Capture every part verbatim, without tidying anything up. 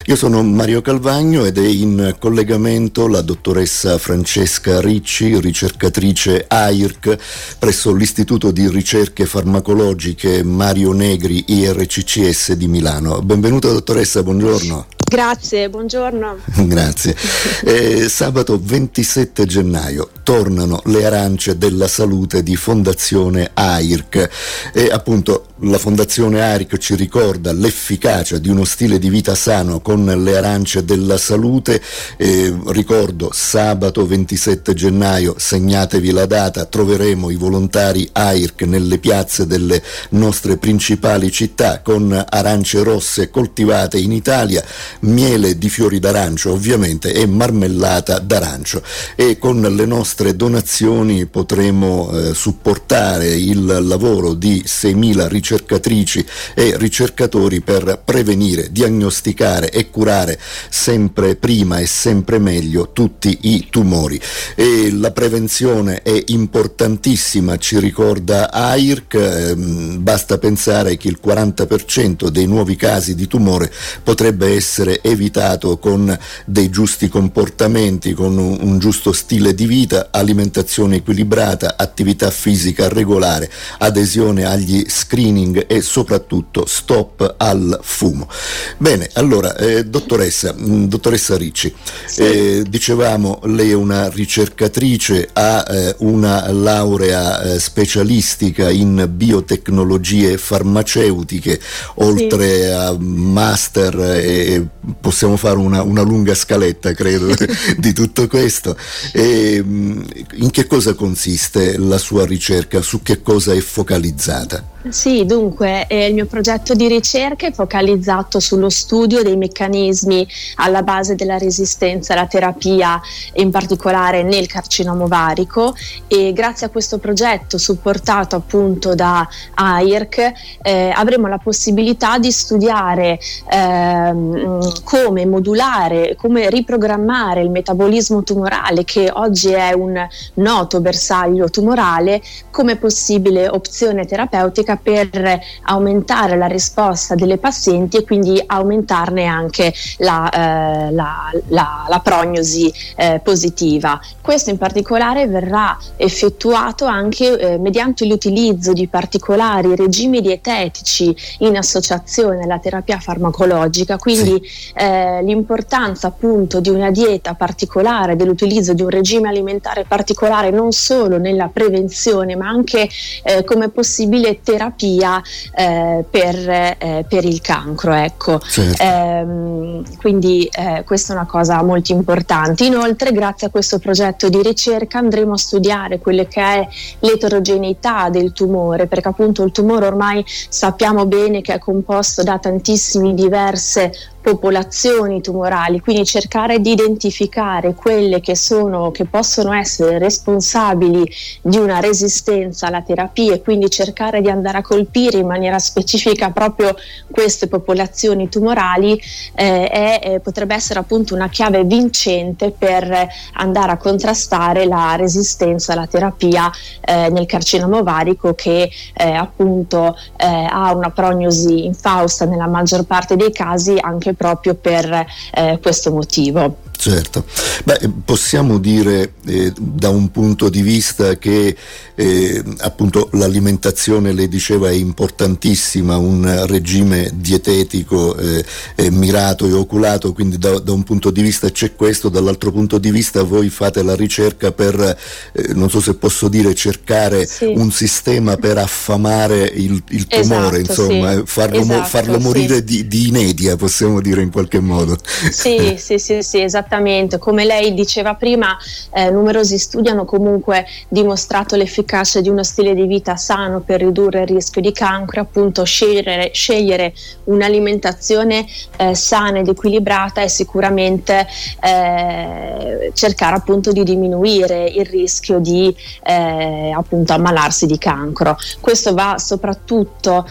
Io sono Mario Calvagno ed è in collegamento la dottoressa Francesca Ricci, ricercatrice A I R C presso l'Istituto di Ricerche Farmacologiche Mario Negri I R C C S di Milano. Benvenuta dottoressa, buongiorno. Grazie, buongiorno. Grazie. Eh, sabato ventisette gennaio tornano le arance della salute di Fondazione A I R C e appunto la Fondazione A I R C ci ricorda l'efficacia di uno stile di vita sano con le arance della salute. Eh, ricordo sabato ventisette gennaio, segnatevi la data, troveremo i volontari A I R C nelle piazze delle nostre principali città con arance rosse coltivate in Italia, miele di fiori d'arancio ovviamente e marmellata d'arancio, e con le nostre donazioni potremo eh, supportare il lavoro di seimila ricercatrici e ricercatori per prevenire, diagnosticare e curare sempre prima e sempre meglio tutti i tumori. E la prevenzione è importantissima, ci ricorda A I R C, ehm, basta pensare che il quaranta per cento dei nuovi casi di tumore potrebbe essere evitato con dei giusti comportamenti, con un, un giusto stile di vita, alimentazione equilibrata, attività fisica regolare, adesione agli screening e soprattutto stop al fumo. Bene, allora eh, dottoressa, mh, dottoressa Ricci, sì. eh, dicevamo lei è una ricercatrice, ha eh, una laurea eh, specialistica in biotecnologie farmaceutiche, oltre sì. a master e possiamo fare una, una lunga scaletta, credo, di tutto questo. E, in che cosa consiste la sua ricerca? Su che cosa è focalizzata? Sì, dunque eh, il mio progetto di ricerca è focalizzato sullo studio dei meccanismi alla base della resistenza alla terapia, in particolare nel carcinoma ovarico, e grazie a questo progetto supportato appunto da A I R C eh, avremo la possibilità di studiare ehm, come modulare, come riprogrammare il metabolismo tumorale, che oggi è un noto bersaglio tumorale, come possibile opzione terapeutica per aumentare la risposta delle pazienti e quindi aumentarne anche la, eh, la, la, la prognosi eh, positiva. Questo in particolare verrà effettuato anche eh, mediante l'utilizzo di particolari regimi dietetici in associazione alla terapia farmacologica, quindi sì. eh, l'importanza appunto di una dieta particolare, dell'utilizzo di un regime alimentare particolare non solo nella prevenzione ma anche eh, come possibile terapia eh, per, eh, per il cancro, ecco. Certo. Ehm, quindi eh, questa è una cosa molto importante. Inoltre, grazie a questo progetto di ricerca andremo a studiare quelle che è l'eterogeneità del tumore, perché appunto il tumore ormai sappiamo bene che è composto da tantissime diverse popolazioni tumorali, quindi cercare di identificare quelle che sono, che possono essere responsabili di una resistenza alla terapia e quindi cercare di andare a colpire in maniera specifica proprio queste popolazioni tumorali eh, è, eh, potrebbe essere appunto una chiave vincente per andare a contrastare la resistenza alla terapia eh, nel carcinoma ovarico, che eh, appunto eh, ha una prognosi infausta nella maggior parte dei casi, anche proprio per eh, questo motivo. Certo, beh, possiamo dire eh, da un punto di vista che eh, appunto l'alimentazione, lei diceva, è importantissima, un regime dietetico eh, eh, mirato e oculato, quindi da, da un punto di vista c'è questo, dall'altro punto di vista voi fate la ricerca per, eh, non so se posso dire, cercare sì. un sistema per affamare il, il tumore, esatto, insomma, sì. farlo, esatto, farlo morire sì. di, di inedia, possiamo dire in qualche modo. Sì, sì, sì, sì, esatto. Esattamente, come lei diceva prima, eh, numerosi studi hanno comunque dimostrato l'efficacia di uno stile di vita sano per ridurre il rischio di cancro. Appunto scegliere, scegliere un'alimentazione eh, sana ed equilibrata è sicuramente eh, cercare appunto di diminuire il rischio di eh, appunto ammalarsi di cancro. Questo va soprattutto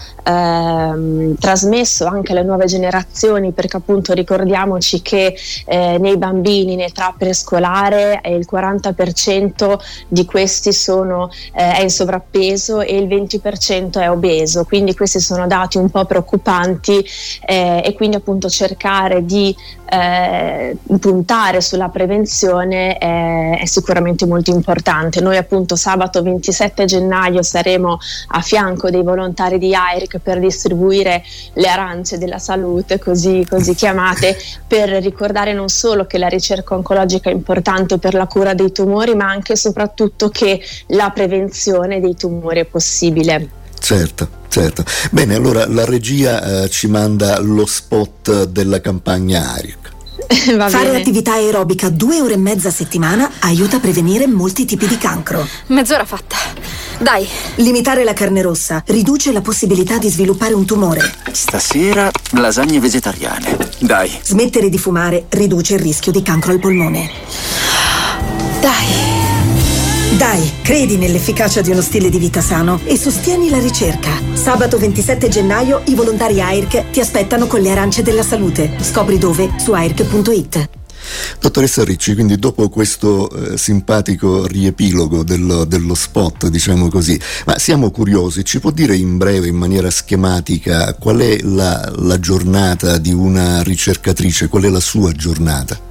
ehm, trasmesso anche alle nuove generazioni, perché appunto ricordiamoci che eh, nei bambini bambini in età prescolare e il quaranta per cento di questi sono, eh, è in sovrappeso e il venti per cento è obeso, quindi questi sono dati un po' preoccupanti, eh, e quindi appunto cercare di eh, puntare sulla prevenzione è, è sicuramente molto importante. Noi appunto sabato ventisette gennaio saremo a fianco dei volontari di A I R C per distribuire le arance della salute, così, così chiamate, per ricordare non solo che la ricerca oncologica è importante per la cura dei tumori, ma anche e soprattutto che la prevenzione dei tumori è possibile. Certo, certo. Bene, allora la regia eh, ci manda lo spot della campagna A I R C. Va Fare bene. Attività aerobica due ore e mezza a settimana aiuta a prevenire molti tipi di cancro. Mezz'ora fatta. Dai. Limitare la carne rossa riduce la possibilità di sviluppare un tumore. Stasera lasagne vegetariane. Dai. Smettere di fumare riduce il rischio di cancro al polmone. Dai. Dai, credi nell'efficacia di uno stile di vita sano e sostieni la ricerca. Sabato ventisette gennaio i volontari A I R C ti aspettano con le arance della salute. Scopri dove su A I R C punto it. Dottoressa Ricci, quindi dopo questo eh, simpatico riepilogo dello, dello spot, diciamo così, ma siamo curiosi, ci può dire in breve, in maniera schematica, qual è la, la giornata di una ricercatrice, qual è la sua giornata?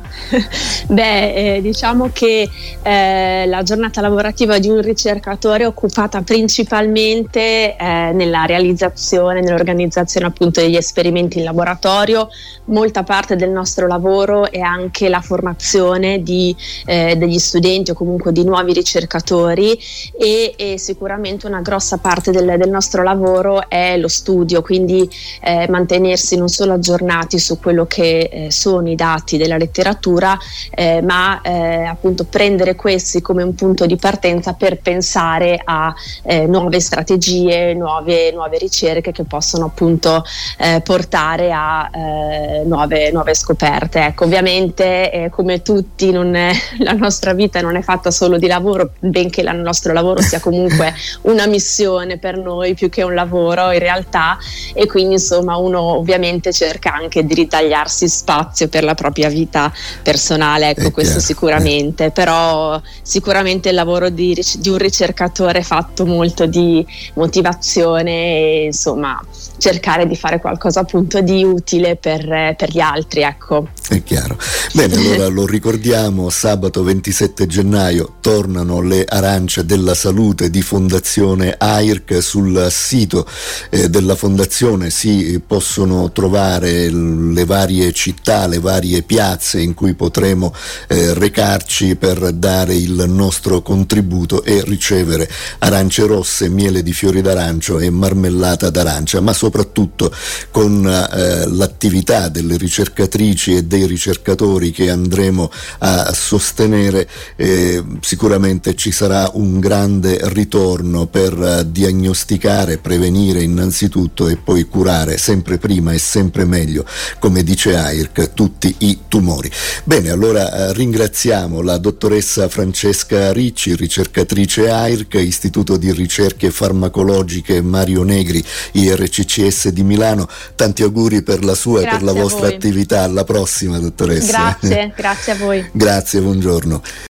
Beh, eh, diciamo che eh, la giornata lavorativa di un ricercatore è occupata principalmente eh, nella realizzazione, nell'organizzazione appunto degli esperimenti in laboratorio. Molta parte del nostro lavoro è anche la formazione di, eh, degli studenti o comunque di nuovi ricercatori e, e sicuramente una grossa parte del, del nostro lavoro è lo studio, quindi eh, mantenersi non solo aggiornati su quello che eh, sono i dati della letteratura, Eh, ma eh, appunto prendere questi come un punto di partenza per pensare a eh, nuove strategie, nuove, nuove ricerche che possono appunto eh, portare a eh, nuove, nuove scoperte. Ecco, ovviamente eh, come tutti non è, la nostra vita non è fatta solo di lavoro, benché il nostro lavoro sia comunque una missione per noi più che un lavoro in realtà, e quindi insomma uno ovviamente cerca anche di ritagliarsi spazio per la propria vita personale, ecco, questo sicuramente, però sicuramente il lavoro di, di un ricercatore è fatto molto di motivazione e insomma cercare di fare qualcosa appunto di utile per, per gli altri, ecco. È chiaro. Bene, allora lo ricordiamo, sabato ventisette gennaio tornano le arance della salute di Fondazione A I R C. Sul sito eh, della fondazione si possono trovare le varie città, le varie piazze in cui potremo eh, recarci per dare il nostro contributo e ricevere arance rosse, miele di fiori d'arancio e marmellata d'arancia, ma soprattutto con eh, l'attività delle ricercatrici e dei ricercatori che andremo a sostenere, eh, sicuramente ci sarà un grande ritorno per eh, diagnosticare, prevenire innanzitutto e poi curare sempre prima e sempre meglio, come dice A I R C, tutti i tumori. Bene, allora eh, ringraziamo la dottoressa Francesca Ricci, ricercatrice A I R C, Istituto di Ricerche Farmacologiche Mario Negri, I R C C S di Milano. Tanti auguri per la sua Grazie e per la vostra attività. Alla prossima, dottoressa. Grazie, grazie a voi. Grazie, buongiorno.